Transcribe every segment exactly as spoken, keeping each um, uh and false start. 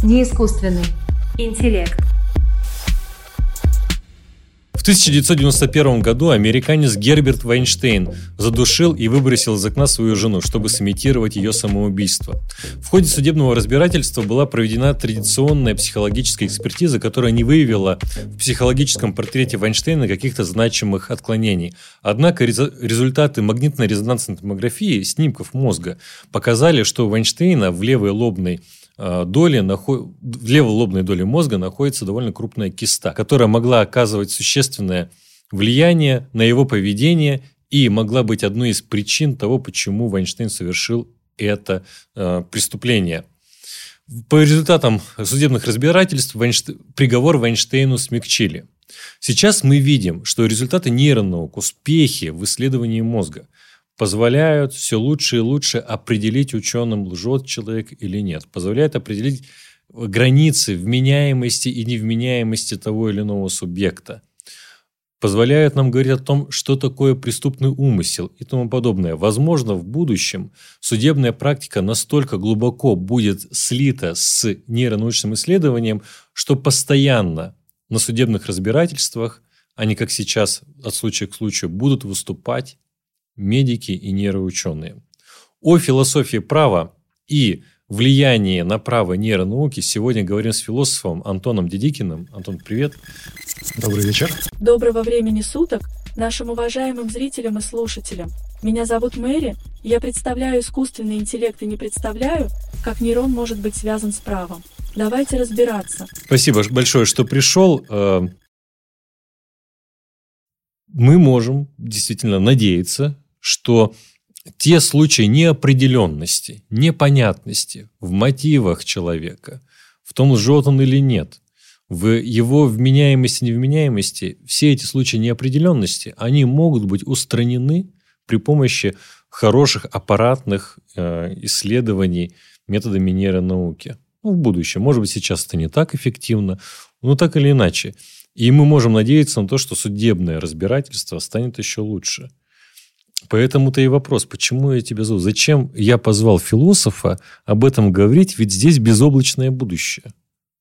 Не искусственный интеллект. В тысяча девятьсот девяносто первом году американец Герберт Вайнштейн задушил и выбросил из окна свою жену, чтобы сымитировать ее самоубийство. В ходе судебного разбирательства была проведена традиционная психологическая экспертиза, которая не выявила в психологическом портрете Вайнштейна каких-то значимых отклонений. Однако результаты магнитно-резонансной томографии снимков мозга показали, что у Вайнштейна в левой лобной Доли, в левой лобной доле мозга находится довольно крупная киста, которая могла оказывать существенное влияние на его поведение и могла быть одной из причин того, почему Вайнштейн совершил это э, преступление. По результатам судебных разбирательств Вайнштейн, приговор Вайнштейну смягчили. Сейчас мы видим, что результаты нейронаук, успехи в исследовании мозга позволяют все лучше и лучше определить ученым, лжет человек или нет. Позволяют определить границы вменяемости и невменяемости того или иного субъекта. Позволяют нам говорить о том, что такое преступный умысел и тому подобное. Возможно, в будущем судебная практика настолько глубоко будет слита с нейронаучным исследованием, что постоянно на судебных разбирательствах, а не как сейчас от случая к случаю, будут выступать медики и нейроученые. О философии права и влиянии на право нейронауки сегодня говорим с философом Антоном Дедикиным. Антон, привет. Добрый вечер. Доброго времени суток нашим уважаемым зрителям и слушателям. Меня зовут Мэри, я представляю искусственный интеллект и не представляю, как нейрон может быть связан с правом. Давайте разбираться. Спасибо большое, что пришел. Мы можем действительно надеяться, что те случаи неопределенности, непонятности в мотивах человека, в том, лжет он или нет, в его вменяемости, невменяемости, все эти случаи неопределенности, они могут быть устранены при помощи хороших аппаратных э, исследований методами нейронауки. Ну, в будущем. Может быть, сейчас это не так эффективно, но так или иначе. И мы можем надеяться на то, что судебное разбирательство станет еще лучше. Поэтому-то и вопрос, почему я тебя зову? Зачем я позвал философа об этом говорить? Ведь здесь безоблачное будущее.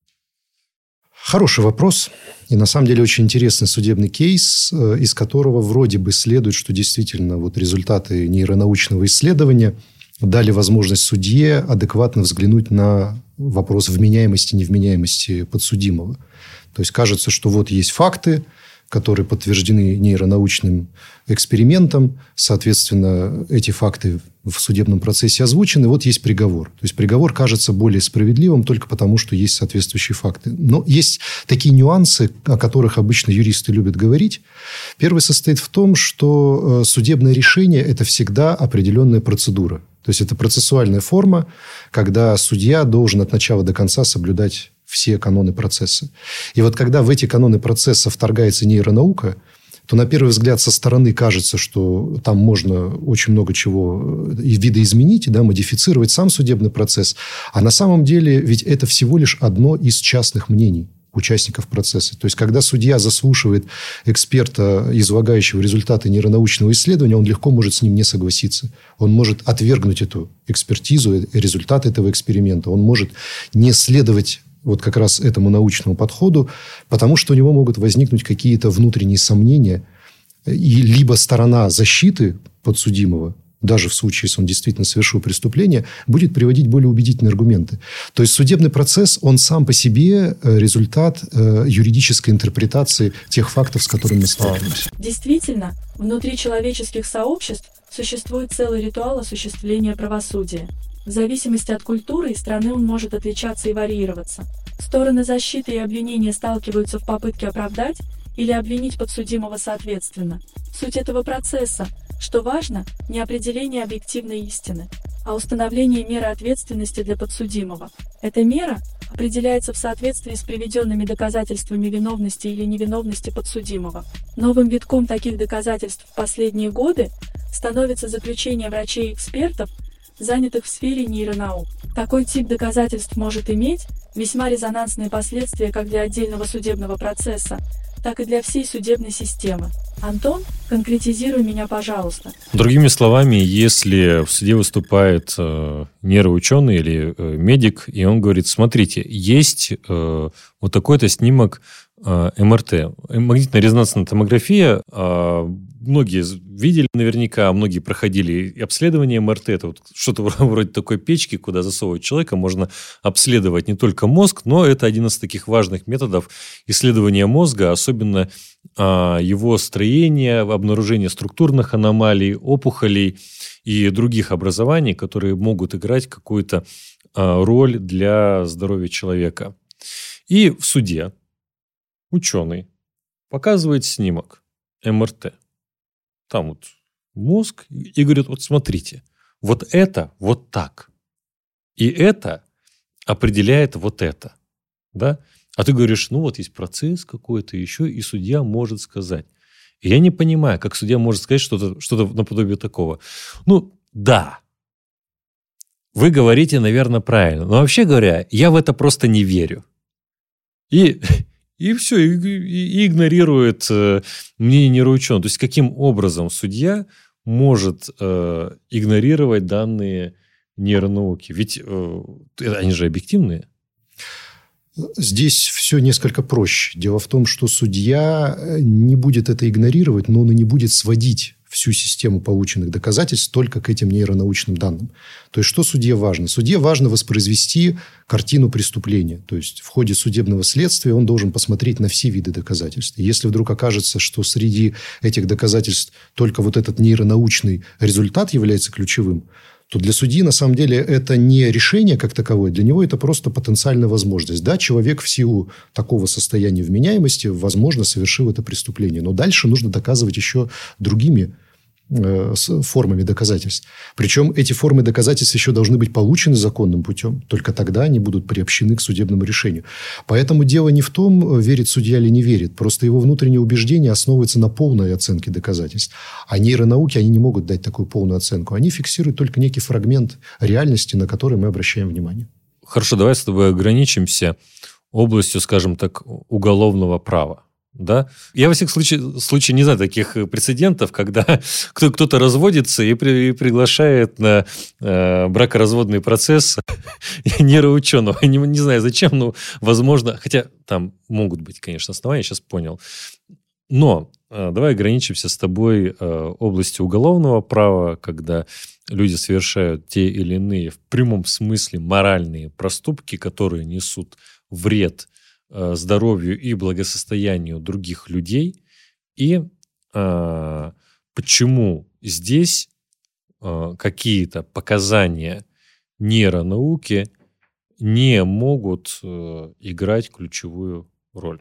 Хороший вопрос. И на самом деле очень интересный судебный кейс, из которого вроде бы следует, что действительно вот результаты нейронаучного исследования дали возможность судье адекватно взглянуть на вопрос вменяемости и невменяемости подсудимого. То есть кажется, что вот есть факты, которые подтверждены нейронаучным экспериментом. Соответственно, эти факты в судебном процессе озвучены. Вот есть приговор. То есть приговор кажется более справедливым только потому, что есть соответствующие факты. Но есть такие нюансы, о которых обычно юристы любят говорить. Первый состоит в том, что судебное решение – это всегда определенная процедура. То есть это процессуальная форма, когда судья должен от начала до конца соблюдать все каноны процесса. И вот когда в эти каноны процесса вторгается нейронаука, то на первый взгляд со стороны кажется, что там можно очень много чего видоизменить, да, модифицировать сам судебный процесс. А на самом деле ведь это всего лишь одно из частных мнений участников процесса. То есть, когда судья заслушивает эксперта, излагающего результаты нейронаучного исследования, он легко может с ним не согласиться. Он может отвергнуть эту экспертизу, результаты этого эксперимента. Он может не следовать вот как раз этому научному подходу, потому что у него могут возникнуть какие-то внутренние сомнения. И либо сторона защиты подсудимого, даже в случае, если он действительно совершил преступление, будет приводить более убедительные аргументы. То есть судебный процесс, он сам по себе результат юридической интерпретации тех фактов, с которыми мы сталкиваемся. Действительно, внутри человеческих сообществ существует целый ритуал осуществления правосудия. В зависимости от культуры и страны он может отличаться и варьироваться. Стороны защиты и обвинения сталкиваются в попытке оправдать или обвинить подсудимого соответственно. Суть этого процесса, что важно, не определение объективной истины, а установление меры ответственности для подсудимого. Эта мера определяется в соответствии с приведенными доказательствами виновности или невиновности подсудимого. Новым витком таких доказательств в последние годы становится заключение врачей и экспертов, занятых в сфере нейронаук. Такой тип доказательств может иметь весьма резонансные последствия как для отдельного судебного процесса, так и для всей судебной системы. Антон, конкретизируй меня, пожалуйста. Другими словами, если в суде выступает э, нейроученый или э, медик, и он говорит, смотрите, есть э, вот такой-то снимок э, эм эр тэ, магнитно-резонансная томография, э, многие видели наверняка, многие проходили обследование эм эр тэ, это вот что-то вроде такой печки, куда засовывать человека, можно обследовать не только мозг, но это один из таких важных методов исследования мозга, особенно э, его строения, обнаружение структурных аномалий, опухолей и других образований, которые могут играть какую-то а, роль для здоровья человека. И в суде ученый показывает снимок эм эр тэ. Там вот мозг и говорит, вот смотрите, вот это вот так. И это определяет вот это. Да? А ты говоришь, ну вот есть процесс какой-то еще, и судья может сказать. И я не понимаю, как судья может сказать что-то, что-то наподобие такого. Ну, да. Вы говорите, наверное, правильно. Но вообще говоря, я в это просто не верю. И, и все, и, и игнорирует э, мнение нейроученого. То есть, каким образом судья может э, игнорировать данные нейронауки? Ведь э, они же объективные. Здесь все несколько проще. Дело в том, что судья не будет это игнорировать, но он и не будет сводить всю систему полученных доказательств только к этим нейронаучным данным. То есть, что судье важно? Судье важно воспроизвести картину преступления. То есть, в ходе судебного следствия он должен посмотреть на все виды доказательств. И если вдруг окажется, что среди этих доказательств только вот этот нейронаучный результат является ключевым, то для судьи, на самом деле, это не решение как таковое. Для него это просто потенциальная возможность. Да, человек в силу такого состояния вменяемости, возможно, совершил это преступление. Но дальше нужно доказывать еще другими э, формами доказательств. Причем эти формы доказательств еще должны быть получены законным путем. Только тогда они будут приобщены к судебному решению. Поэтому дело не в том, верит судья или не верит. Просто его внутреннее убеждение основывается на полной оценке доказательств. А нейронауки, они не могут дать такую полную оценку. Они фиксируют только некий фрагмент реальности, на который мы обращаем внимание. Хорошо, давай с тобой ограничимся областью, скажем так, уголовного права. Да? Я, во всяком случае, случае не знаю таких прецедентов, когда кто-то разводится и, при, и приглашает на э, бракоразводный процесс нейроученого. Не, не знаю зачем, но возможно, хотя там могут быть, конечно, основания, сейчас понял. Но э, давай ограничимся с тобой э, областью уголовного права, когда люди совершают те или иные в прямом смысле моральные проступки, которые несут вред здоровью и благосостоянию других людей, и э, почему здесь э, какие-то показания нейронауки не могут э, играть ключевую роль.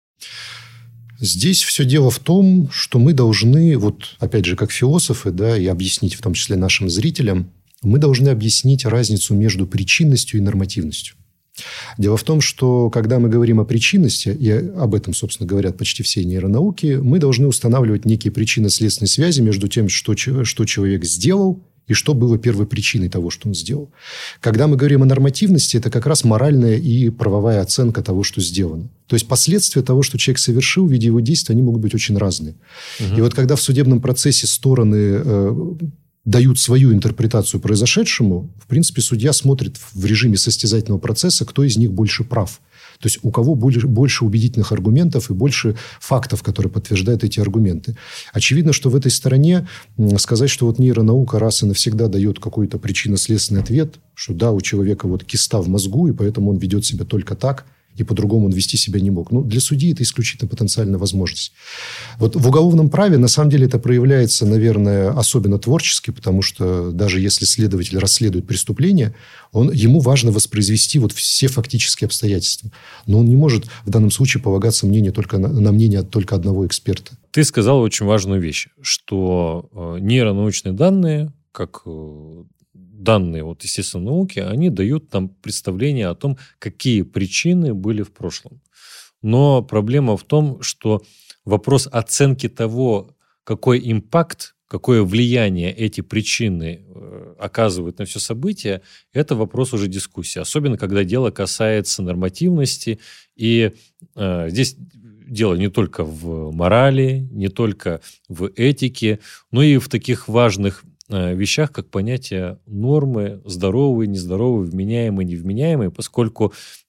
Здесь все дело в том, что мы должны, вот опять же, как философы, да, и объяснить в том числе нашим зрителям, мы должны объяснить разницу между причинностью и нормативностью. Дело в том, что когда мы говорим о причинности, и об этом, собственно, говорят почти все нейронауки, мы должны устанавливать некие причинно-следственные связи между тем, что, что человек сделал, и что было первой причиной того, что он сделал. Когда мы говорим о нормативности, это как раз моральная и правовая оценка того, что сделано. То есть, последствия того, что человек совершил в виде его действий, они могут быть очень разные. Угу. И вот когда в судебном процессе стороны э, дают свою интерпретацию произошедшему, в принципе, судья смотрит в режиме состязательного процесса, кто из них больше прав. То есть, у кого больше убедительных аргументов и больше фактов, которые подтверждают эти аргументы. Очевидно, что в этой стороне сказать, что вот нейронаука раз и навсегда дает какой-то причинно-следственный ответ, что да, у человека вот киста в мозгу, и поэтому он ведет себя только так, и по-другому он вести себя не мог. Ну, для судьи это исключительно потенциальная возможность. Вот в уголовном праве, на самом деле, это проявляется, наверное, особенно творчески, потому что даже если следователь расследует преступление, он, ему важно воспроизвести вот все фактические обстоятельства. Но он не может в данном случае полагаться мнению только на, на мнение только одного эксперта. Ты сказал очень важную вещь, что э, нейронаучные данные, как... Э, данные вот естественной науки, они дают нам представление о том, какие причины были в прошлом. Но проблема в том, что вопрос оценки того, какой импакт, какое влияние эти причины оказывают на все событие, это вопрос уже дискуссии. Особенно, когда дело касается нормативности. И э, здесь дело не только в морали, не только в этике, но и в таких важных вещах, как понятие нормы, здоровые, нездоровые, вменяемые, невменяемые, поскольку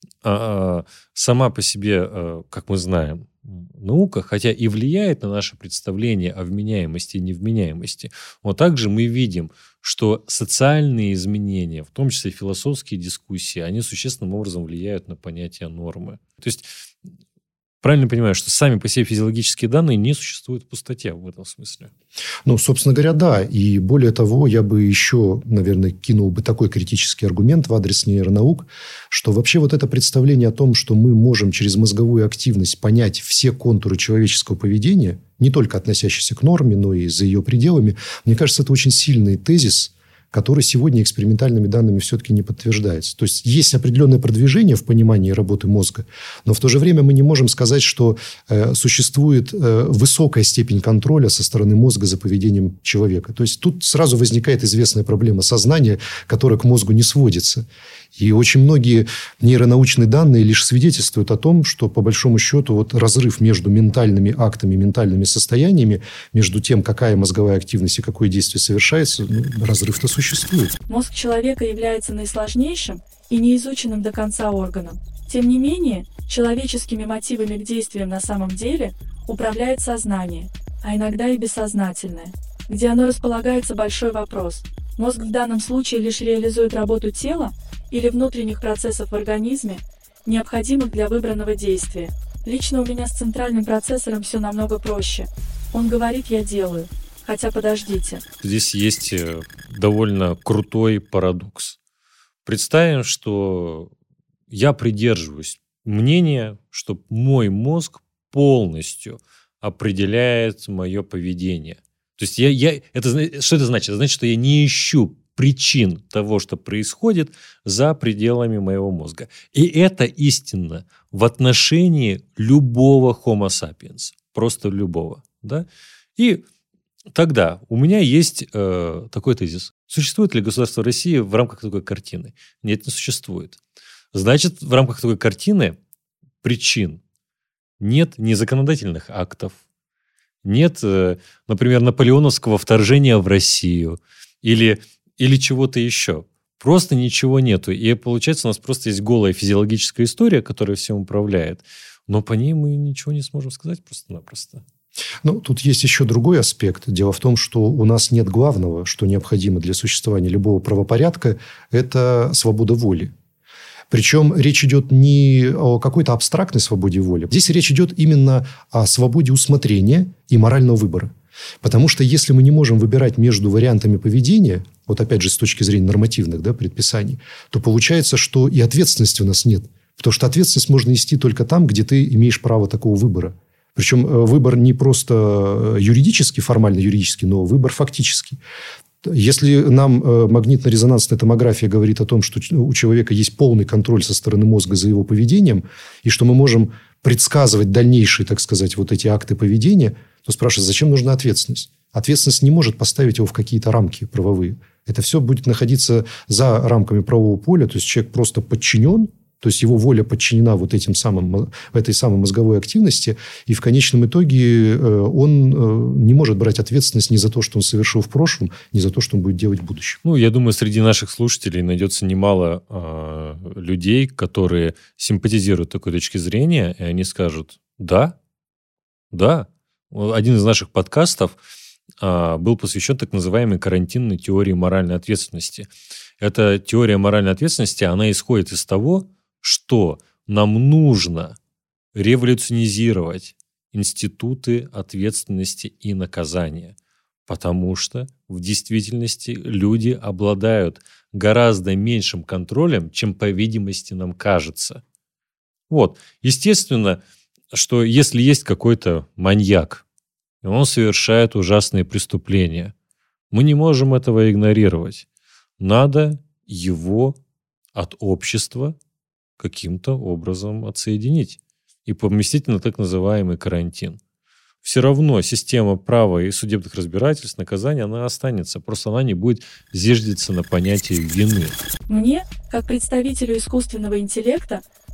а, сама по себе, а, как мы знаем, наука, хотя и влияет на наше представление о вменяемости и невменяемости, но также мы видим, что социальные изменения, в том числе философские дискуссии, они существенным образом влияют на понятие нормы. То есть, правильно понимаю, что сами по себе физиологические данные не существуют в пустоте в этом смысле? Ну, собственно говоря, да. И более того, я бы еще, наверное, кинул бы такой критический аргумент в адрес нейронаук, что вообще вот это представление о том, что мы можем через мозговую активность понять все контуры человеческого поведения, не только относящиеся к норме, но и за ее пределами, мне кажется, это очень сильный тезис, который сегодня экспериментальными данными все-таки не подтверждается. То есть, есть определенное продвижение в понимании работы мозга, но в то же время мы не можем сказать, что э, существует э, высокая степень контроля со стороны мозга за поведением человека. То есть, тут сразу возникает известная проблема сознания, которая к мозгу не сводится. И очень многие нейронаучные данные лишь свидетельствуют о том, что, по большому счету, вот разрыв между ментальными актами, ментальными состояниями, между тем, какая мозговая активность и какое действие совершается, ну, разрыв-то существует. Мозг человека является наисложнейшим и неизученным до конца органом. Тем не менее, человеческими мотивами к действиям на самом деле управляет сознание, а иногда и бессознательное. Где оно располагается – большой вопрос. Мозг в данном случае лишь реализует работу тела или внутренних процессов в организме, необходимых для выбранного действия. Лично у меня с центральным процессором все намного проще. Он говорит «я делаю». Хотя подождите. Здесь есть довольно крутой парадокс. Представим, что я придерживаюсь мнения, что мой мозг полностью определяет мое поведение. То есть я, я, это, что это значит? Это значит, что я не ищу причин того, что происходит за пределами моего мозга. И это истинно в отношении любого Homo sapiens. Просто любого. Да? И тогда у меня есть э, такой тезис. Существует ли государство России в рамках такой картины? Нет, не существует. Значит, в рамках такой картины причин нет ни законодательных актов, нет, э, например, наполеоновского вторжения в Россию или, или чего-то еще. Просто ничего нету. И получается, у нас просто есть голая физиологическая история, которая всем управляет. Но по ней мы ничего не сможем сказать просто-напросто. Ну, тут есть еще другой аспект. Дело в том, что у нас нет главного, что необходимо для существования любого правопорядка, это свобода воли. Причем речь идет не о какой-то абстрактной свободе воли. Здесь речь идет именно о свободе усмотрения и морального выбора. Потому что если мы не можем выбирать между вариантами поведения, вот опять же с точки зрения нормативных, да, предписаний, то получается, что и ответственности у нас нет. Потому что ответственность можно нести только там, где ты имеешь право такого выбора. Причем выбор не просто юридический, формально юридический, но выбор фактический. Если нам магнитно-резонансная томография говорит о том, что у человека есть полный контроль со стороны мозга за его поведением, и что мы можем предсказывать дальнейшие, так сказать, вот эти акты поведения, то спрашивается, зачем нужна ответственность? Ответственность не может поставить его в какие-то рамки правовые. Это все будет находиться за рамками правового поля, то есть человек просто подчинен, то есть его воля подчинена вот этим самым, этой самой мозговой активности, и в конечном итоге он не может брать ответственность ни за то, что он совершил в прошлом, ни за то, что он будет делать в будущем. Ну, я думаю, среди наших слушателей найдется немало э, людей, которые симпатизируют такой точки зрения, и они скажут, да, да. Один из наших подкастов э, был посвящен так называемой карантинной теории моральной ответственности. Эта теория моральной ответственности, она исходит из того, что нам нужно революционизировать институты ответственности и наказания, потому что в действительности люди обладают гораздо меньшим контролем, чем, по видимости, нам кажется. Вот. Естественно, что если есть какой-то маньяк, и он совершает ужасные преступления, мы не можем этого игнорировать. Надо его от общества каким-то образом отсоединить и поместить на так называемый карантин. Все равно система права и судебных разбирательств, наказания, она останется. Просто она не будет зиждиться на понятии вины. Мне, как представителю искусственного интеллекта,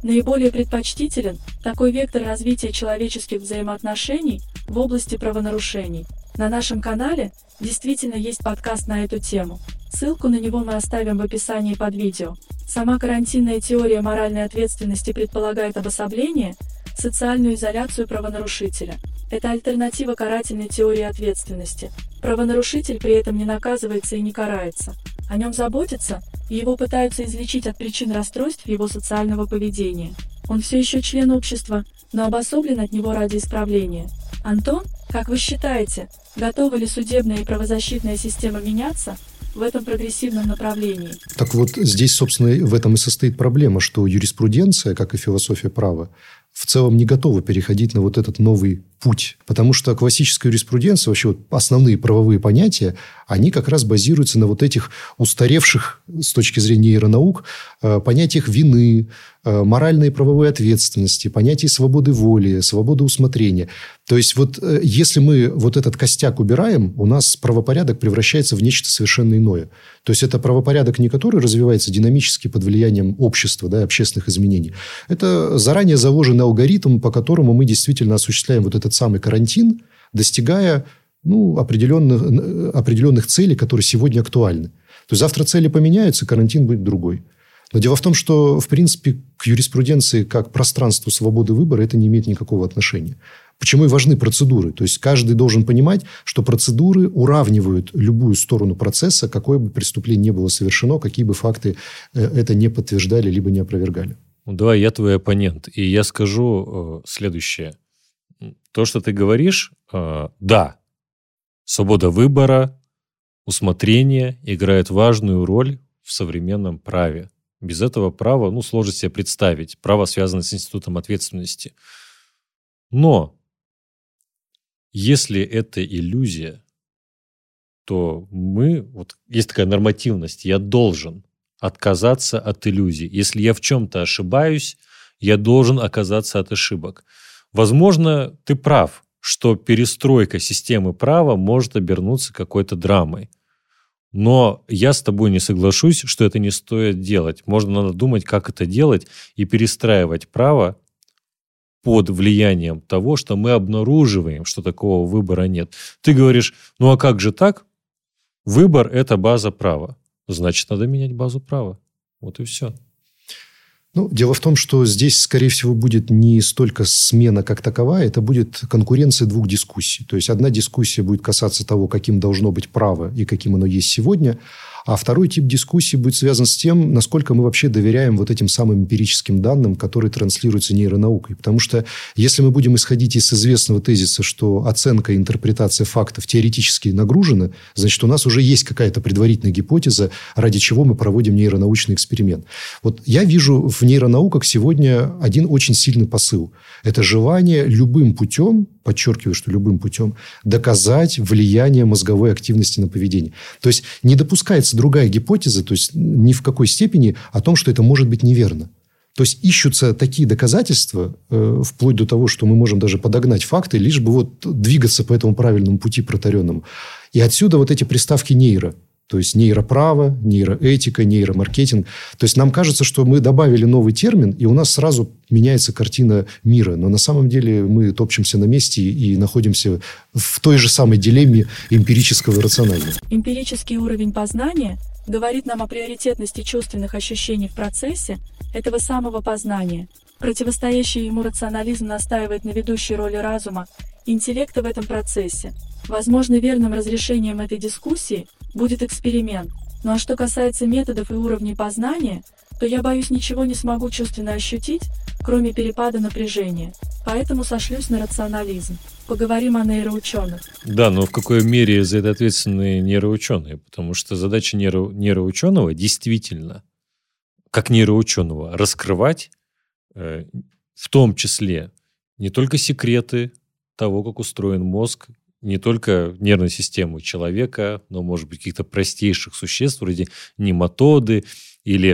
Наиболее предпочтителен такой вектор развития человеческих взаимоотношений в области правонарушений. На нашем канале действительно есть подкаст на эту тему. Ссылку на него мы оставим в описании под видео. Сама карантинная теория моральной ответственности предполагает обособление, социальную изоляцию правонарушителя. Это альтернатива карательной теории ответственности. Правонарушитель при этом не наказывается и не карается. О нем заботятся, и его пытаются излечить от причин расстройств его социального поведения. Он все еще член общества, но обособлен от него ради исправления. Антон, как вы считаете, готова ли судебная и правозащитная система меняться в этом прогрессивном направлении? Так вот, здесь, собственно, в этом и состоит проблема, что юриспруденция, как и философия права, в целом не готова переходить на вот этот новый путь. Потому что классическая юриспруденция, вообще вот основные правовые понятия, они как раз базируются на вот этих устаревших с точки зрения нейронаук понятиях вины, моральной и правовой ответственности, понятий свободы воли, свободы усмотрения. То есть, вот если мы вот этот костяк убираем, у нас правопорядок превращается в нечто совершенно иное. То есть, это правопорядок не который развивается динамически под влиянием общества, да, общественных изменений. Это заранее заложенный алгоритм, по которому мы действительно осуществляем вот этот самый карантин, достигая ну, определенных, определенных целей, которые сегодня актуальны. То есть, завтра цели поменяются, карантин будет другой. Но дело в том, что, в принципе, к юриспруденции как к пространству свободы выбора это не имеет никакого отношения. Почему и важны процедуры. То есть, каждый должен понимать, что процедуры уравнивают любую сторону процесса, какое бы преступление ни было совершено, какие бы факты это не подтверждали, либо не опровергали. Ну, давай, я твой оппонент. И я скажу э, следующее. То, что ты говоришь, э, да, свобода выбора, усмотрение играет важную роль в современном праве. Без этого права, ну, сложно себе представить. Право связано с институтом ответственности. Но если это иллюзия, то мы, вот есть такая нормативность, я должен отказаться от иллюзий. Если я в чем-то ошибаюсь, я должен отказаться от ошибок. Возможно, ты прав, что перестройка системы права может обернуться какой-то драмой. Но я с тобой не соглашусь, что это не стоит делать. Можно надо думать, как это делать и перестраивать право под влиянием того, что мы обнаруживаем, что такого выбора нет. Ты говоришь, ну а как же так? Выбор – это база права. Значит, надо менять базу права. Вот и все. Ну, дело в том, что здесь, скорее всего, будет не столько смена как таковая, это будет конкуренция двух дискуссий. То есть, одна дискуссия будет касаться того, каким должно быть право и каким оно есть сегодня, а второй тип дискуссии будет связан с тем, насколько мы вообще доверяем вот этим самым эмпирическим данным, которые транслируются нейронаукой. Потому что если мы будем исходить из известного тезиса, что оценка и интерпретация фактов теоретически нагружена, значит, у нас уже есть какая-то предварительная гипотеза, ради чего мы проводим нейронаучный эксперимент. Вот я вижу в нейронауках сегодня один очень сильный посыл. Это желание любым путем, подчеркиваю, что любым путем, доказать влияние мозговой активности на поведение. То есть, не допускается другая гипотеза, то есть, ни в какой степени о том, что это может быть неверно. То есть, ищутся такие доказательства, э, вплоть до того, что мы можем даже подогнать факты, лишь бы вот двигаться по этому правильному пути протаренному. И отсюда вот эти приставки «нейро». То есть, нейропрово, нейроэтика, нейромаркетинг. То есть, нам кажется, что мы добавили новый термин, и у нас сразу меняется картина мира. Но на самом деле мы топчемся на месте и находимся в той же самой дилемме эмпирического и рационального. Эмпирический уровень познания говорит нам о приоритетности чувственных ощущений в процессе этого самого познания. Противостоящий ему рационализм настаивает на ведущей роли разума и интеллекта в этом процессе. Возможно, верным разрешением этой дискуссии будет эксперимент. Ну а что касается методов и уровней познания, то я боюсь, ничего не смогу чувственно ощутить, кроме перепада напряжения. Поэтому сошлюсь на рационализм. Поговорим о нейроученых. Да, но в какой мере за это ответственны нейроученые? Потому что задача нейро, нейроученого действительно, как нейроученого, раскрывать э, в том числе не только секреты того, как устроен мозг, не только нервную систему человека, но, может быть, каких-то простейших существ, вроде нематоды или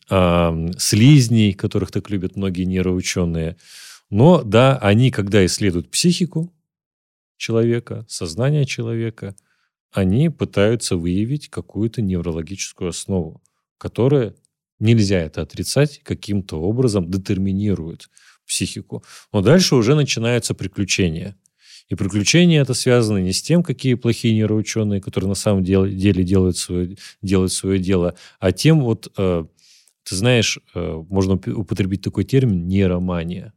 э, слизней, которых так любят многие нейроученые. Но, да, они, когда исследуют психику человека, сознание человека, они пытаются выявить какую-то неврологическую основу, которая Нельзя это отрицать, каким-то образом детерминирует психику. Но дальше уже начинаются приключения. И приключения это связано не с тем, какие плохие нейроученые, которые на самом деле, деле делают, свое, делают свое дело, а тем вот, э, ты знаешь, э, можно употребить такой термин нейромания.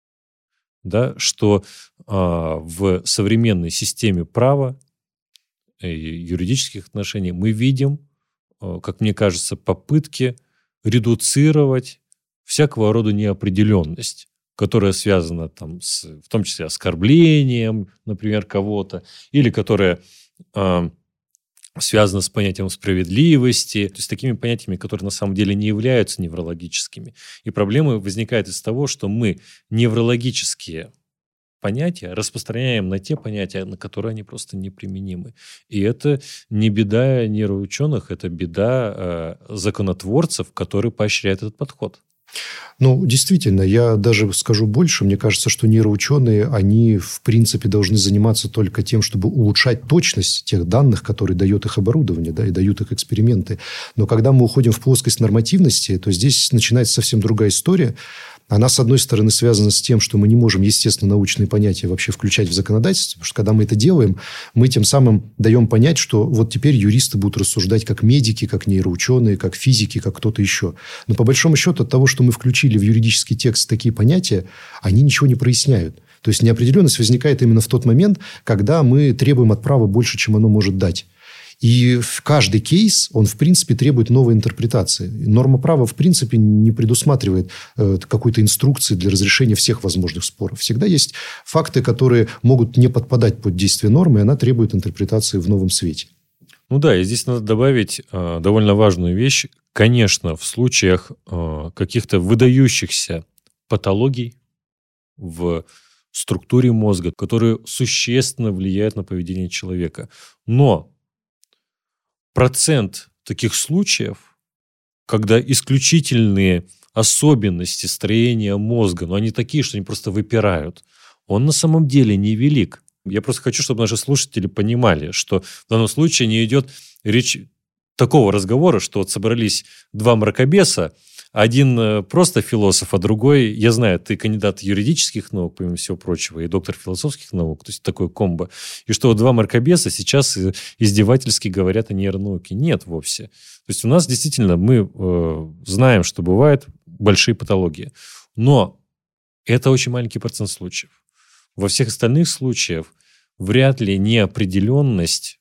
Да, что э, в современной системе права и юридических отношений мы видим, э, как мне кажется, попытки редуцировать всякого рода неопределенность, которая связана там с, в том числе, оскорблением, например, кого-то, или которая э, связана с понятием справедливости, то есть такими понятиями, которые на самом деле не являются неврологическими. И проблема возникает из того, что мы неврологические понятия распространяем на те понятия, на которые они просто неприменимы. И это не беда нейроученых, это беда э, законотворцев, которые поощряют этот подход. Ну, действительно, я даже скажу больше. Мне кажется, что нейроученые, они, в принципе, должны заниматься только тем, чтобы улучшать точность тех данных, которые дает их оборудование, да, и дают их эксперименты. Но когда мы уходим в плоскость нормативности, то здесь начинается совсем другая история. Она, с одной стороны, связана с тем, что мы не можем, естественно, научные понятия вообще включать в законодательство, потому что, когда мы это делаем, мы тем самым даем понять, что вот теперь юристы будут рассуждать как медики, как нейроученые, как физики, как кто-то еще. Но, по большому счету, от того, что мы включили в юридический текст такие понятия, они ничего не проясняют. То есть, неопределенность возникает именно в тот момент, когда мы требуем от права больше, чем оно может дать. И каждый кейс, он, в принципе, требует новой интерпретации. Норма права, в принципе, не предусматривает э, какой-то инструкции для разрешения всех возможных споров. Всегда есть факты, которые могут не подпадать под действие нормы, и она требует интерпретации в новом свете. Ну да, и здесь надо добавить э, довольно важную вещь. Конечно, в случаях э, каких-то выдающихся патологий в структуре мозга, которые существенно влияют на поведение человека. Но процент таких случаев, когда исключительные особенности строения мозга, но они такие, что они просто выпирают, он на самом деле невелик. Я просто хочу, чтобы наши слушатели понимали, что в данном случае не идет речь такого разговора, что вот собрались два мракобеса, один просто философ, а другой, я знаю, ты кандидат юридических наук, помимо всего прочего, и доктор философских наук, то есть такое комбо. И что вот два мракобеса сейчас издевательски говорят о нейронауке. Нет вовсе. То есть у нас действительно, мы э, знаем, что бывают большие патологии. Но это очень маленький процент случаев. Во всех остальных случаях вряд ли неопределенность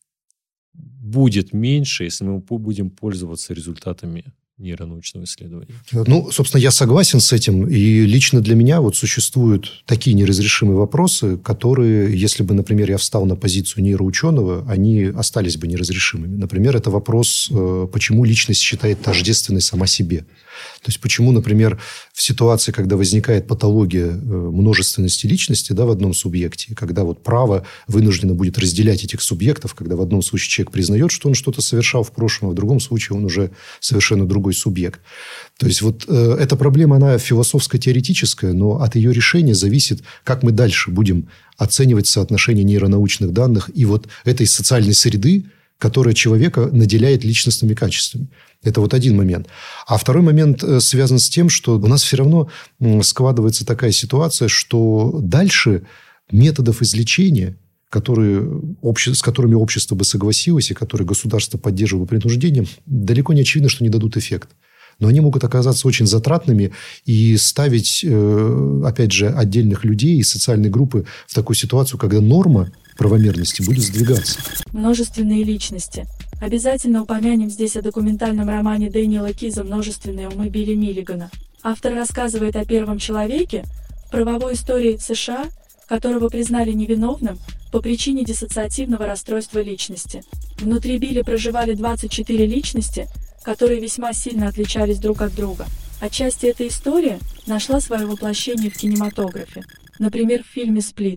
будет меньше, если мы будем пользоваться результатами нейронаучного исследования. Ну, собственно, я согласен с этим. И лично для меня вот существуют такие неразрешимые вопросы, которые, если бы, например, я встал на позицию нейроученого, они остались бы неразрешимыми. Например, это вопрос, почему личность считает тождественной сама себе. То есть, почему, например, в ситуации, когда возникает патология множественности личности, да, в одном субъекте, когда вот право вынуждено будет разделять этих субъектов, когда в одном случае человек признает, что он что-то совершал в прошлом, а в другом случае он уже совершенно другой субъект. То есть, вот э, эта проблема, она философско-теоретическая, но от ее решения зависит, как мы дальше будем оценивать соотношение нейронаучных данных и вот этой социальной среды, которая человека наделяет личностными качествами. Это вот один момент. А второй момент связан с тем, что у нас все равно складывается такая ситуация, что дальше методов излечения, которые, с которыми общество бы согласилось и которые государство поддерживало принуждением, далеко не очевидно, что не дадут эффект. Но они могут оказаться очень затратными и ставить, опять же, отдельных людей и социальные группы в такую ситуацию, когда норма правомерности будет сдвигаться. Множественные личности. Обязательно упомянем здесь о документальном романе Дэниела Киза «Множественные умы» Билли Миллигана. Автор рассказывает о первом человеке в правовой истории США, которого признали невиновным по причине диссоциативного расстройства личности. Внутри Билли проживали двадцать четыре личности, которые весьма сильно отличались друг от друга. Отчасти эта история нашла свое воплощение в кинематографе. Например, в фильме «Сплит».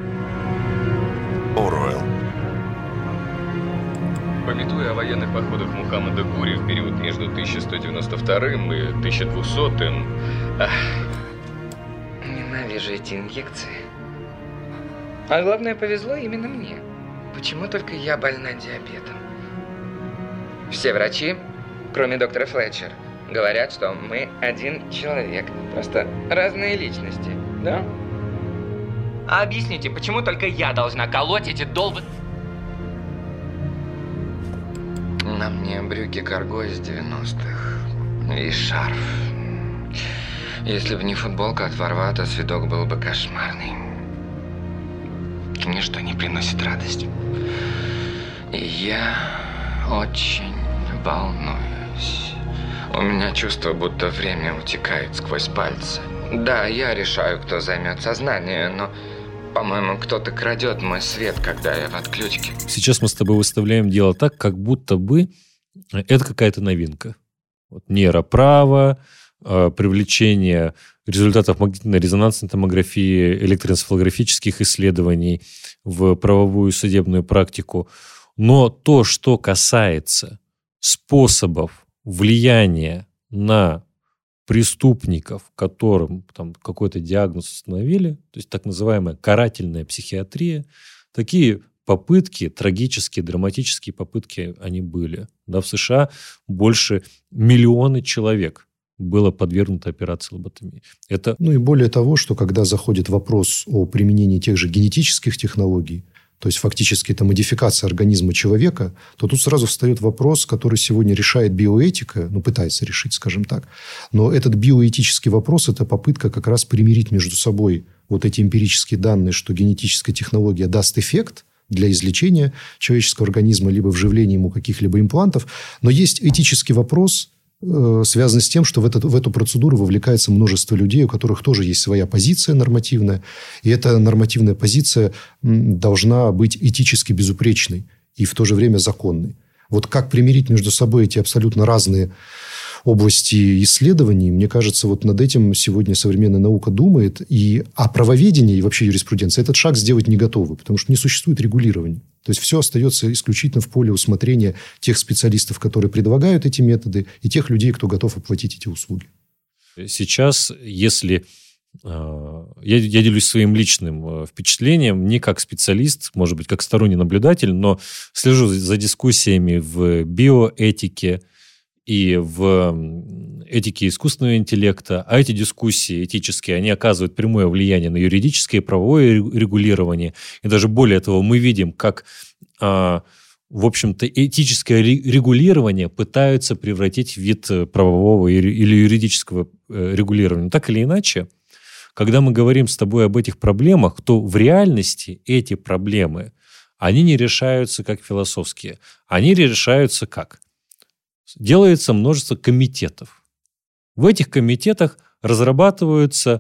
Оруэлл. Памятуя о военных походах Мухаммада Гури в период между тысяча сто девяносто вторым и тысяча двухсотым... Ах. Ненавижу эти инъекции. А главное, повезло именно мне. Почему только я больна диабетом? Все врачи, кроме доктора Флетчер, Говорят, что мы один человек, просто разные личности, да? А объясните, почему только я должна колоть эти долбы... На мне брюки карго из девяностых и шарф. Если бы не футболка от Варвата, видок был бы кошмарный. Ничто не приносит радость. И я очень волнуюсь. У меня чувство, будто время утекает сквозь пальцы. Да, я решаю, кто займет сознание, но, по-моему, кто-то крадет мой свет, когда я в отключке. Сейчас мы с тобой выставляем дело так, как будто бы это какая-то новинка. Вот нейроправо, привлечение результатов магнитно-резонансной томографии, электроэнцефалографических исследований в правовую судебную практику. Но то, что касается способов влияния на преступников, которым там какой-то диагноз установили, то есть так называемая карательная психиатрия, такие попытки, трагические, драматические попытки, они были. Да, в США больше миллиона человек было подвергнуто операции лоботомии. Это... Ну и более того, что когда заходит вопрос о применении тех же генетических технологий, то есть фактически это модификация организма человека, то тут сразу встает вопрос, который сегодня решает биоэтика, ну пытается решить, скажем так. Но этот биоэтический вопрос – это попытка как раз примирить между собой вот эти эмпирические данные, что генетическая технология даст эффект для излечения человеческого организма, либо вживления ему каких-либо имплантов. Но есть этический вопрос, связанный с тем, что в, этот, в эту процедуру вовлекается множество людей, у которых тоже есть своя позиция нормативная. И эта нормативная позиция должна быть этически безупречной и в то же время законной. Вот как примирить между собой эти абсолютно разные области исследований, мне кажется, вот над этим сегодня современная наука думает. И о правоведении и вообще юриспруденции этот шаг сделать не готовы, потому что не существует регулирования. То есть все остается исключительно в поле усмотрения тех специалистов, которые предлагают эти методы, и тех людей, кто готов оплатить эти услуги. Сейчас, если... Я, я делюсь своим личным впечатлением, не как специалист, может быть, как сторонний наблюдатель, но слежу за дискуссиями в биоэтике и в этике искусственного интеллекта, а эти дискуссии этические, они оказывают прямое влияние на юридическое и правовое регулирование. И даже более того, мы видим, как, в общем-то, этическое регулирование пытаются превратить в вид правового или юридического регулирования. Так или иначе, когда мы говорим с тобой об этих проблемах, то в реальности эти проблемы, они не решаются как философские. Они решаются как? Делается множество комитетов. В этих комитетах разрабатываются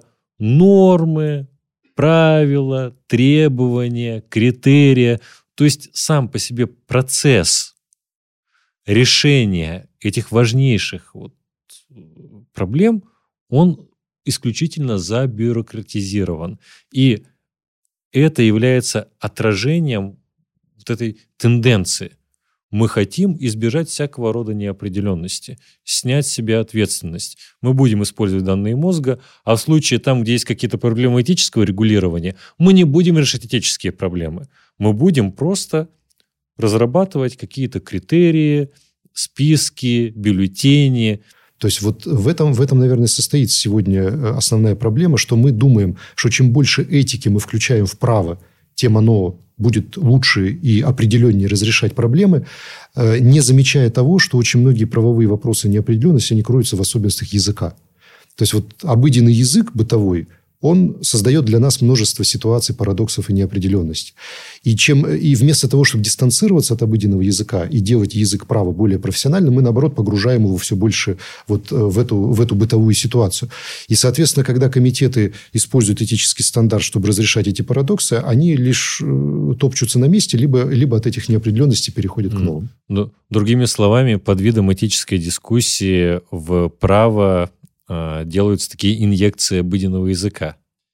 нормы, правила, требования, критерии. То есть сам по себе процесс решения этих важнейших вот проблем, он исключительно забюрократизирован. И это является отражением вот этой тенденции. Мы хотим избежать всякого рода неопределенности, снять с себя ответственность. Мы будем использовать данные мозга, а в случае там, где есть какие-то проблемы этического регулирования, мы не будем решать этические проблемы. Мы будем просто разрабатывать какие-то критерии, списки, бюллетени. То есть вот в этом, в этом, наверное, состоит сегодня основная проблема, что мы думаем, что чем больше этики мы включаем в право, тем оно будет лучше и определеннее разрешать проблемы, не замечая того, что очень многие правовые вопросы неопределенности, они кроются в особенностях языка. То есть вот обыденный язык бытовой, он создает для нас множество ситуаций, парадоксов и неопределенности. И, чем, и вместо того, чтобы дистанцироваться от обыденного языка и делать язык права более профессиональным, мы, наоборот, погружаем его все больше вот в эту, в эту бытовую ситуацию. И, соответственно, когда комитеты используют этический стандарт, чтобы разрешать эти парадоксы, они лишь топчутся на месте, либо, либо от этих неопределенностей переходят к новым. Mm. Другими словами, под видом этической дискуссии в право делаются такие инъекции обыденного языка.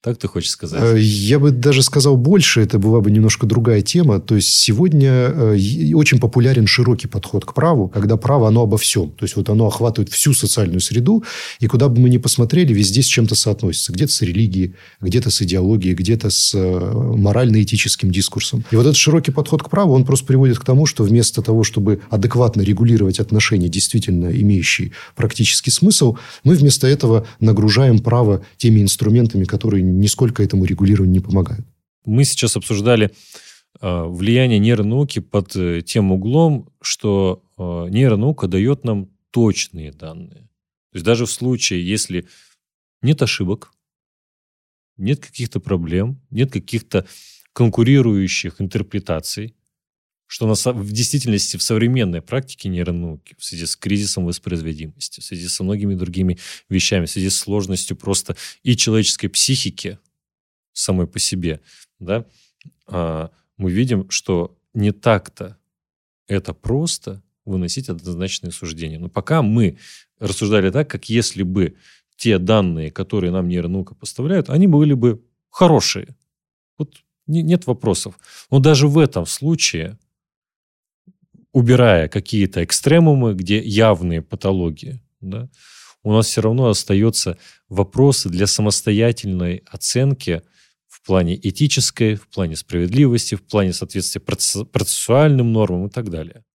Так ты хочешь сказать? Я бы даже сказал больше, это была бы немножко другая тема. То есть, сегодня очень популярен широкий подход к праву, когда право, оно обо всем. То есть, вот оно охватывает всю социальную среду, и куда бы мы ни посмотрели, везде с чем-то соотносится. Где-то с религией, где-то с идеологией, где-то с морально-этическим дискурсом. И вот этот широкий подход к праву, он просто приводит к тому, что вместо того, чтобы адекватно регулировать отношения, действительно имеющие практический смысл, мы вместо этого нагружаем право теми инструментами, которые нисколько этому регулированию не помогают. Мы сейчас обсуждали э, влияние нейронауки под э, тем углом, что э, нейронаука дает нам точные данные. То есть даже в случае, если нет ошибок, нет каких-то проблем, нет каких-то конкурирующих интерпретаций, что на, в действительности в современной практике нейронауки, в связи с кризисом воспроизводимости, в связи со многими другими вещами, в связи с сложностью просто и человеческой психики самой по себе, да, мы видим, что не так-то это просто выносить однозначные суждения. Но пока мы рассуждали так, как если бы те данные, которые нам нейронаука поставляют, они были бы хорошие. Вот нет вопросов. Но даже в этом случае, убирая какие-то экстремумы, где явные патологии, да, у нас все равно остаются вопросы для самостоятельной оценки в плане этической, в плане справедливости, в плане соответствия процессуальным нормам и так далее.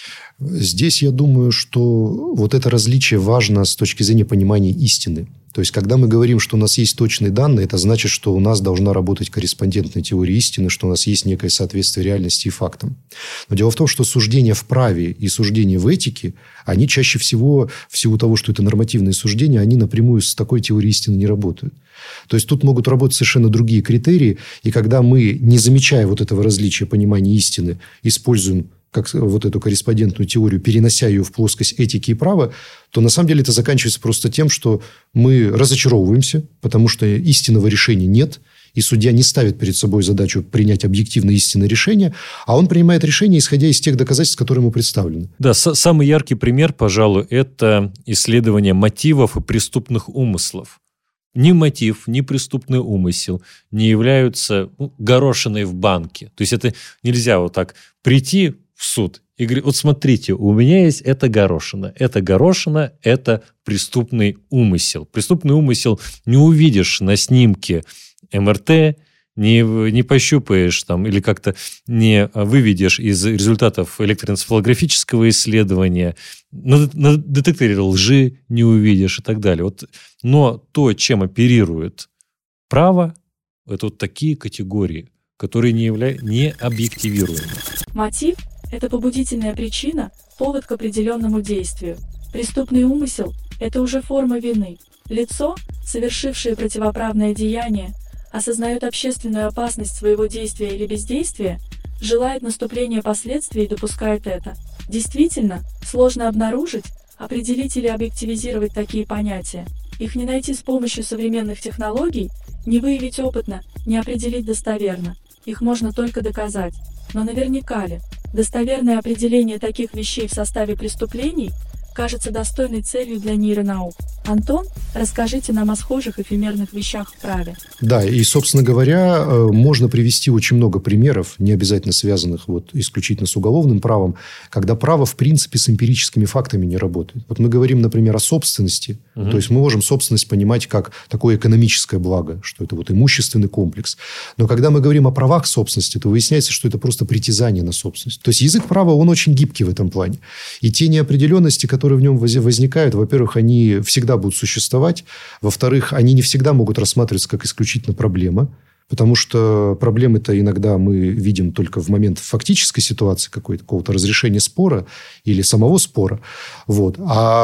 Здесь я думаю, что вот это различие важно с точки зрения понимания истины. То есть, когда мы говорим, что у нас есть точные данные, это значит, что у нас должна работать корреспондентная теория истины, что у нас есть некое соответствие реальности и фактам. Но дело в том, что суждения в праве и суждения в этике, они чаще всего, в силу того, что это нормативные суждения, они напрямую с такой теорией истины не работают. То есть, тут могут работать совершенно другие критерии. И когда мы, не замечая вот этого различия понимания истины, используем как вот эту корреспондентную теорию, перенося ее в плоскость этики и права, то на самом деле это заканчивается просто тем, что мы разочаровываемся, потому что истинного решения нет, и судья не ставит перед собой задачу принять объективное истинное решение, а он принимает решение, исходя из тех доказательств, которые ему представлены. Да, самый яркий пример, пожалуй, это исследование мотивов и преступных умыслов. Ни мотив, ни преступный умысел не являются ну, горошиной в банке. То есть, это нельзя вот так прийти в суд и говорить: вот смотрите, у меня есть эта горошина. Эта горошина – это преступный умысел. Преступный умысел не увидишь на снимке эм эр тэ, не, не пощупаешь там, или как-то не выведешь из результатов электроэнцефалографического исследования, на, на детекторе лжи не увидишь и так далее. Вот. Но то, чем оперирует право, это вот такие категории, которые не, явля... не объективируемы. Мотив – это побудительная причина, повод к определенному действию. Преступный умысел – это уже форма вины. Лицо, совершившее противоправное деяние, осознает общественную опасность своего действия или бездействия, желает наступления последствий и допускает это. Действительно, сложно обнаружить, определить или объективизировать такие понятия. Их не найти с помощью современных технологий, не выявить опытно, не определить достоверно. Их можно только доказать. Но наверняка ли достоверное определение таких вещей в составе преступлений кажется достойной целью для нейронаук? Антон, расскажите нам о схожих эфемерных вещах в праве. Да, и, собственно говоря, можно привести очень много примеров, не обязательно связанных вот исключительно с уголовным правом, когда право, в принципе, с эмпирическими фактами не работает. Вот мы говорим, например, о собственности. Угу. То есть, мы можем собственность понимать как такое экономическое благо, что это вот имущественный комплекс. Но когда мы говорим о правах собственности, то выясняется, что это просто притязание на собственность. То есть, язык права, он очень гибкий в этом плане. И те неопределенности, которые в нем возникают, во-первых, они всегда будут существовать. Во-вторых, они не всегда могут рассматриваться как исключительно проблема, потому что проблемы-то иногда мы видим только в момент фактической ситуации какой-то, какого-то разрешения спора или самого спора. Вот.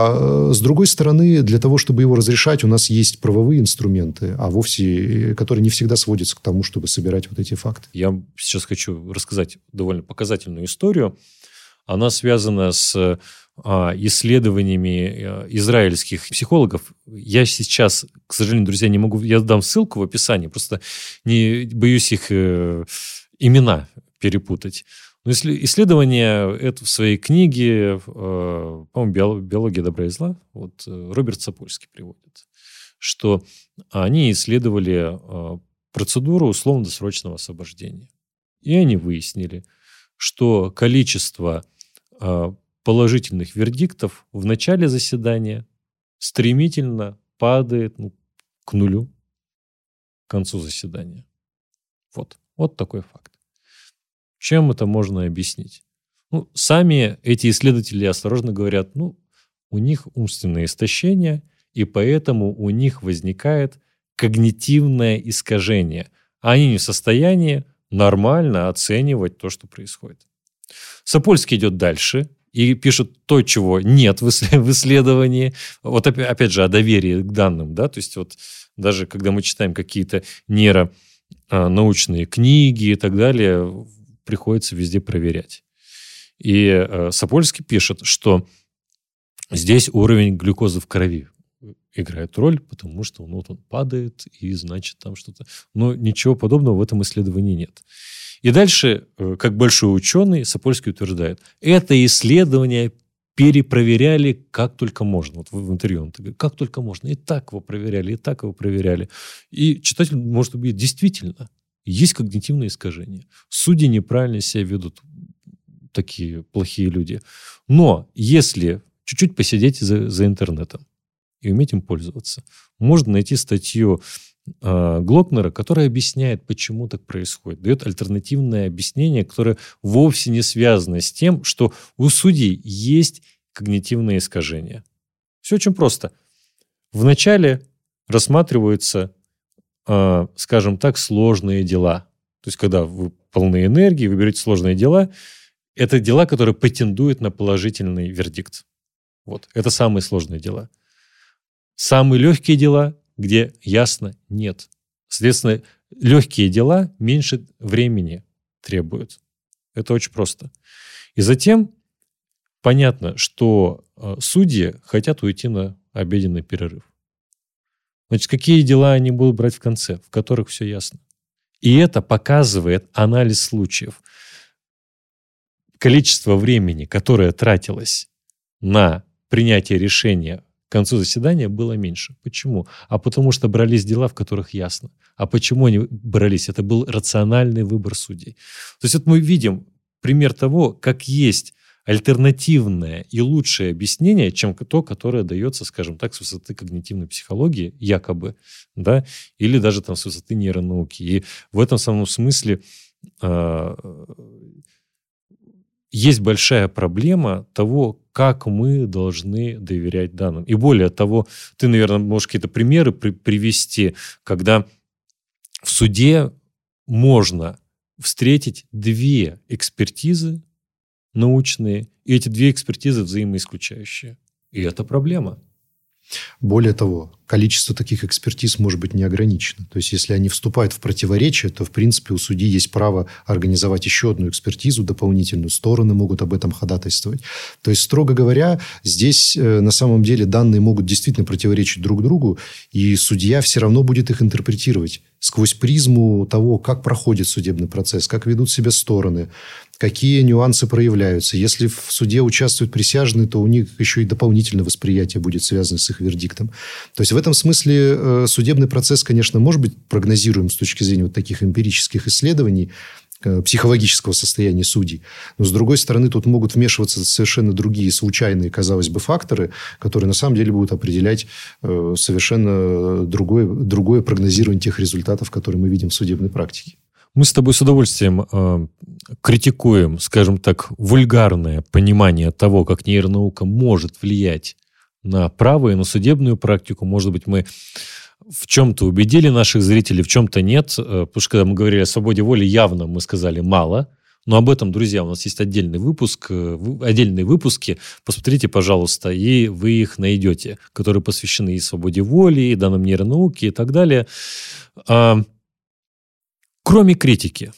А с другой стороны, для того, чтобы его разрешать, у нас есть правовые инструменты, а вовсе, которые не всегда сводятся к тому, чтобы собирать вот эти факты. Я сейчас хочу рассказать довольно показательную историю. Она связана с исследованиями израильских психологов. Я сейчас, к сожалению, друзья, не могу... Я дам ссылку в описании, просто не боюсь их э, имена перепутать. Но исследование это в своей книге, э, по-моему, «Биология добра и зла», вот, Роберт Сапольский приводит. что они исследовали процедуру условно-досрочного освобождения. И они выяснили, что количество положительных вердиктов в начале заседания стремительно падает ну, к нулю к концу заседания. Вот. Вот такой факт. Чем это можно объяснить? Ну, сами эти исследователи осторожно говорят, ну, у них умственное истощение, и поэтому у них возникает когнитивное искажение. Они не в состоянии нормально оценивать то, что происходит. Сапольский идет дальше и пишет то, чего нет в исследовании. Вот опять же о доверии к данным. Да? То есть вот даже когда мы читаем какие-то нейронаучные книги и так далее, приходится везде проверять. И Сапольский пишет, что здесь уровень глюкозы в крови играет роль, потому что ну, вот он падает, и значит там что-то... Но ничего подобного в этом исследовании нет. И дальше, как большой ученый, Сапольский утверждает, это исследование перепроверяли как только можно. Вот в интервью он говорит, как только можно. И так его проверяли, и так его проверяли. И читатель может увидеть, действительно, есть когнитивные искажения. Судьи неправильно себя ведут, такие плохие люди. Но если чуть-чуть посидеть за, за интернетом и уметь им пользоваться, можно найти статью э, Глокнера, которая объясняет, почему так происходит. Дает альтернативное объяснение, которое вовсе не связано с тем, что у судей есть когнитивные искажения. Все очень просто. Вначале рассматриваются, э, скажем так, сложные дела. То есть, когда вы полны энергии, вы берете сложные дела, это дела, которые претендуют на положительный вердикт. Вот. Это самые сложные дела. Самые легкие дела, где ясно нет. Соответственно, легкие дела меньше времени требуют. Это очень просто. И затем понятно, что судьи хотят уйти на обеденный перерыв. Значит, какие дела они будут брать в конце, в которых все ясно. И это показывает анализ случаев. Количество времени, которое тратилось на принятие решения к концу заседания, было меньше. Почему? А потому что брались дела, в которых ясно. А почему они брались? Это был рациональный выбор судей. То есть вот мы видим пример того, как есть альтернативное и лучшее объяснение, чем то, которое дается, скажем так, с высоты когнитивной психологии, якобы, да, или даже там с высоты нейронауки. И в этом самом смысле э, есть большая проблема того, как мы должны доверять данным. И более того, ты, наверное, можешь какие-то примеры при- привести, когда в суде можно встретить две экспертизы научные, и эти две экспертизы взаимоисключающие. И это проблема. Более того, количество таких экспертиз может быть не ограничено. То есть, если они вступают в противоречие, то, в принципе, у судьи есть право организовать еще одну экспертизу дополнительную. Стороны могут об этом ходатайствовать. То есть, строго говоря, здесь э, на самом деле данные могут действительно противоречить друг другу, и судья все равно будет их интерпретировать сквозь призму того, как проходит судебный процесс, как ведут себя стороны, какие нюансы проявляются. Если в суде участвуют присяжные, то у них еще и дополнительное восприятие будет связано с их вердиктом. То есть, в этом смысле э, судебный процесс, конечно, может быть прогнозируем с точки зрения вот таких эмпирических исследований э, психологического состояния судей. Но, с другой стороны, тут могут вмешиваться совершенно другие случайные, казалось бы, факторы, которые на самом деле будут определять э, совершенно другое, другое прогнозирование тех результатов, которые мы видим в судебной практике. Мы с тобой с удовольствием э, критикуем, скажем так, вульгарное понимание того, как нейронаука может влиять на право и на судебную практику. Может быть, мы в чем-то убедили наших зрителей, в чем-то нет. Потому что, когда мы говорили о свободе воли, явно мы сказали мало. Но об этом, друзья, у нас есть отдельный выпуск, отдельные выпуски. Посмотрите, пожалуйста, и вы их найдете, которые посвящены и свободе воли, и данным нейронауки, и так далее. Кроме критики,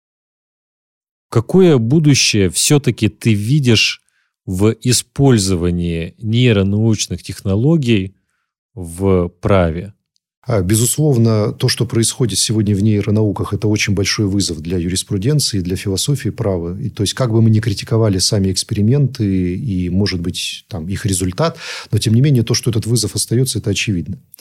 какое будущее все-таки ты видишь в использовании нейронаучных технологий в праве? Безусловно, то, что происходит сегодня в нейронауках, это очень большой вызов для юриспруденции, для философии права. И, то есть, как бы мы ни критиковали сами эксперименты и, может быть, там, их результат, но, тем не менее, то, что этот вызов остается, это очевидно.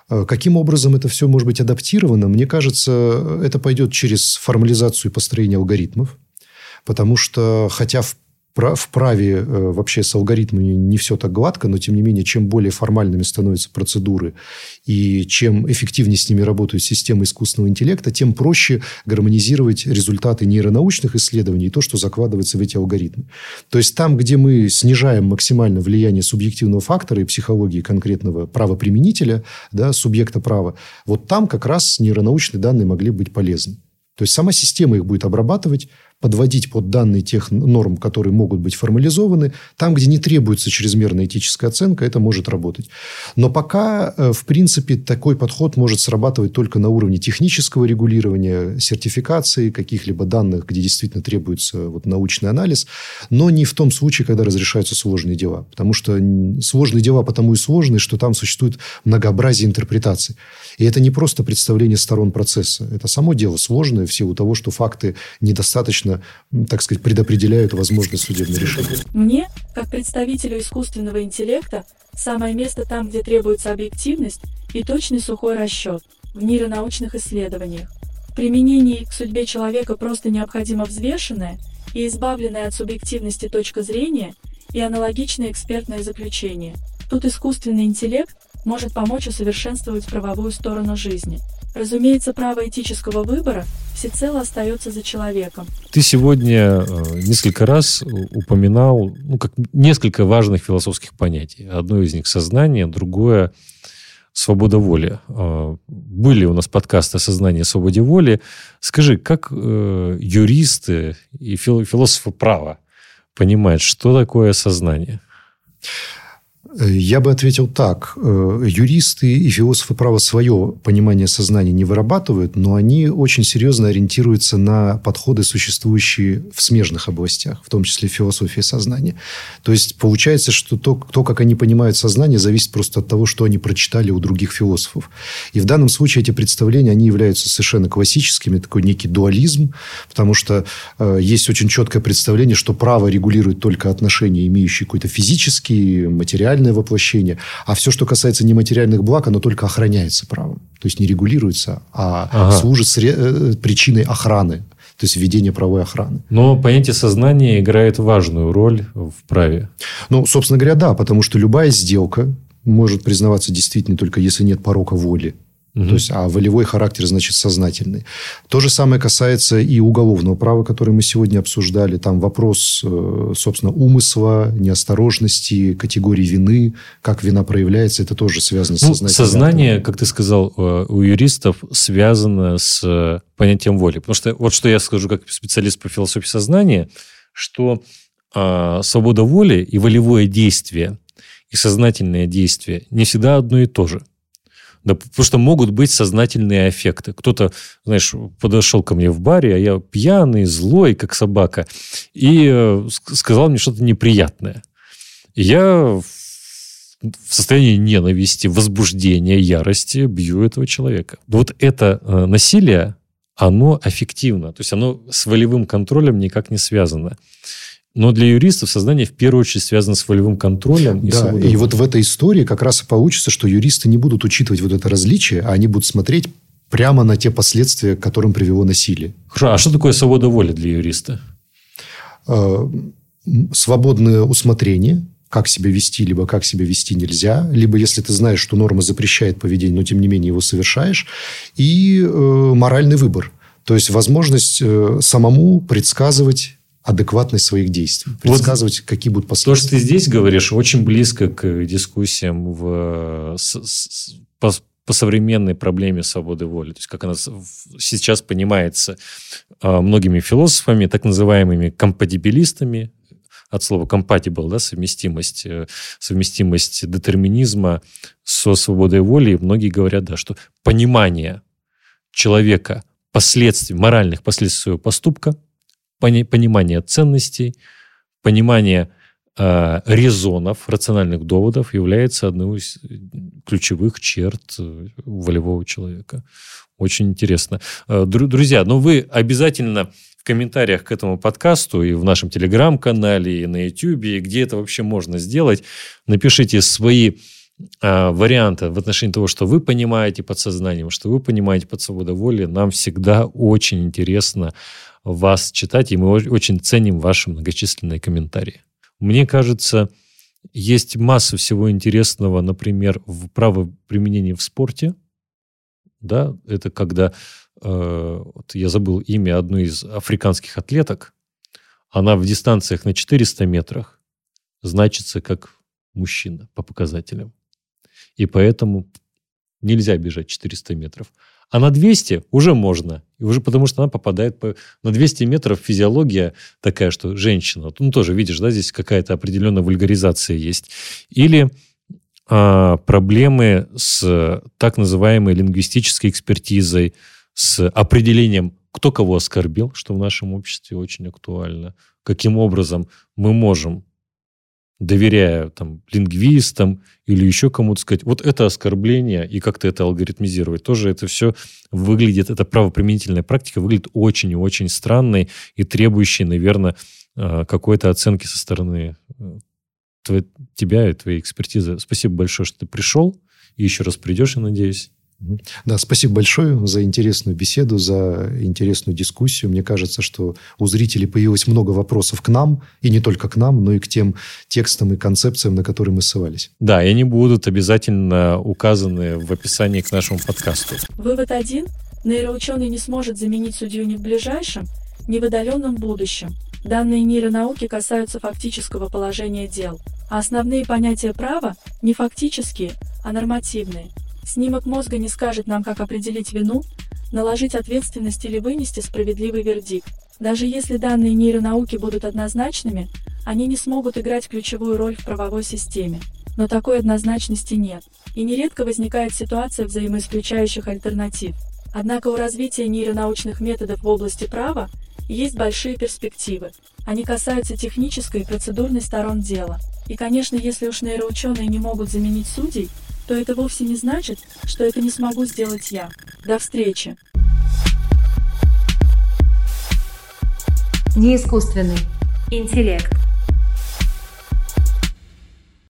Каким образом это все может быть адаптировано? Мне кажется, это пойдет через формализацию и построение алгоритмов. Потому что, хотя в В праве вообще с алгоритмами не все так гладко, но, тем не менее, чем более формальными становятся процедуры и чем эффективнее с ними работают системы искусственного интеллекта, тем проще гармонизировать результаты нейронаучных исследований и то, что закладывается в эти алгоритмы. То есть, там, где мы снижаем максимально влияние субъективного фактора и психологии конкретного правоприменителя, да, субъекта права, вот там как раз нейронаучные данные могли быть полезны. То есть, сама система их будет обрабатывать, подводить под данные тех норм, которые могут быть формализованы. Там, где не требуется чрезмерная этическая оценка, это может работать. Но пока, в принципе, такой подход может срабатывать только на уровне технического регулирования, сертификации каких-либо данных, где действительно требуется вот научный анализ, но не в том случае, когда разрешаются сложные дела. Потому что сложные дела потому и сложные, что там существует многообразие интерпретаций. И это не просто представление сторон процесса. Это само дело сложное в силу того, что факты недостаточно, так сказать, предопределяют возможность судебного решения. Мне, как представителю искусственного интеллекта, самое место там, где требуется объективность и точный сухой расчет в нейронаучных исследованиях. В применении к судьбе человека просто необходимо взвешенная и избавленная от субъективности точка зрения и аналогичное экспертное заключение. Тут искусственный интеллект может помочь усовершенствовать правовую сторону жизни. Разумеется, право этического выбора всецело остается за человеком. Ты сегодня несколько раз упоминал, ну, как несколько важных философских понятий. Одно из них — сознание, другое — свобода воли. Были у нас подкасты о сознании и свободе воли. Скажи, как юристы и философы права понимают, что такое сознание? Я бы ответил так. Юристы и философы права свое понимание сознания не вырабатывают, но они очень серьезно ориентируются на подходы, существующие в смежных областях, в том числе философии сознания. То есть, получается, что то, то, как они понимают сознание, зависит просто от того, что они прочитали у других философов. И в данном случае эти представления, они являются совершенно классическими, такой некий дуализм, потому что э, есть очень четкое представление, что право регулирует только отношения, имеющие какой-то физический, материальный воплощение, а все, что касается нематериальных благ, оно только охраняется правом. То есть, не регулируется, а ага. служит сре- причиной охраны, то есть, введения правовой охраны. Но понятие сознания играет важную роль в праве. Ну, собственно говоря, да, потому что любая сделка может признаваться действительной только если нет порока воли. Угу. То есть, а волевой характер, значит, сознательный. То же самое касается и уголовного права, которое мы сегодня обсуждали. Там вопрос, собственно, умысла, неосторожности, категории вины, как вина проявляется, это тоже связано с ну, сознательным. Сознание, как ты сказал, у юристов связано с понятием воли. Потому что, вот что я скажу как специалист по философии сознания, что э, свобода воли и волевое действие, и сознательное действие не всегда одно и то же. Да, потому что могут быть сознательные аффекты. Кто-то, знаешь, подошел ко мне в баре, а я пьяный, злой, как собака, и э, сказал мне что-то неприятное. И я в состоянии ненависти, возбуждения, ярости бью этого человека. Вот это э, насилие, оно аффективно. То есть, оно с волевым контролем никак не связано. Но для юристов сознание в первую очередь связано с волевым контролем. И, да, и вот в этой истории как раз и получится, что юристы не будут учитывать вот это различие, а они будут смотреть прямо на те последствия, к которым привело насилие. Хорошо, а что такое свобода воли для юриста? Свободное усмотрение, как себя вести, либо как себя вести нельзя, либо если ты знаешь, что норма запрещает поведение, но тем не менее его совершаешь, и моральный выбор. То есть, возможность самому предсказывать адекватность своих действий. Предсказывать, вот какие будут последствия. То, что ты здесь говоришь, очень близко к дискуссиям в, с, с, по, по современной проблеме свободы воли. То есть, как она сейчас понимается многими философами, так называемыми компатибилистами, от слова compatible, да, совместимость, совместимость детерминизма со свободой воли. И многие говорят, да, что понимание человека последствий, моральных последствий своего поступка, понимание ценностей, понимание э, резонов, рациональных доводов является одной из ключевых черт волевого человека. Очень интересно. Друзья, ну вы обязательно в комментариях к этому подкасту и в нашем телеграм-канале, и на ютубе, и где это вообще можно сделать, напишите свои э, варианты в отношении того, что вы понимаете под сознанием, что вы понимаете под свободой воли, нам всегда очень интересно вас читать, и мы очень ценим ваши многочисленные комментарии. Мне кажется, есть масса всего интересного, например, в правоприменении в спорте. Да, это когда, э, вот я забыл имя одной из африканских атлеток, она в дистанциях на четыреста метрах значится как мужчина по показателям. И поэтому нельзя бежать четыреста метров. А на двести уже можно. И уже потому что она попадает по... На двести метров физиология такая, что женщина. Ну, тоже видишь, да, здесь какая-то определенная вульгаризация есть. Или а, проблемы с так называемой лингвистической экспертизой, с определением, кто кого оскорбил, что в нашем обществе очень актуально. Каким образом мы можем, доверяя там, лингвистам или еще кому-то, сказать, вот это оскорбление, и как-то это алгоритмизировать. Тоже это все выглядит, эта правоприменительная практика выглядит очень и очень странной и требующей, наверное, какой-то оценки со стороны тебя и твоей экспертизы. Спасибо большое, что ты пришел. И еще раз придешь, я надеюсь. Да, спасибо большое за интересную беседу, за интересную дискуссию. Мне кажется, что у зрителей появилось много вопросов к нам, и не только к нам, но и к тем текстам и концепциям, на которые мы ссылались. Да, и они будут обязательно указаны в описании к нашему подкасту. Вывод один. Нейроученый не сможет заменить судью ни в ближайшем, ни в отдаленном будущем. Данные нейронауки касаются фактического положения дел, а основные понятия права не фактические, а нормативные. Снимок мозга не скажет нам, как определить вину, наложить ответственность или вынести справедливый вердикт. Даже если данные нейронауки будут однозначными, они не смогут играть ключевую роль в правовой системе. Но такой однозначности нет, и нередко возникает ситуация взаимоисключающих альтернатив. Однако у развития нейронаучных методов в области права есть большие перспективы. Они касаются технической и процедурной сторон дела. И, конечно, если уж нейроученые не могут заменить судей, то это вовсе не значит, что это не смогу сделать я. До встречи. Неискусственный интеллект.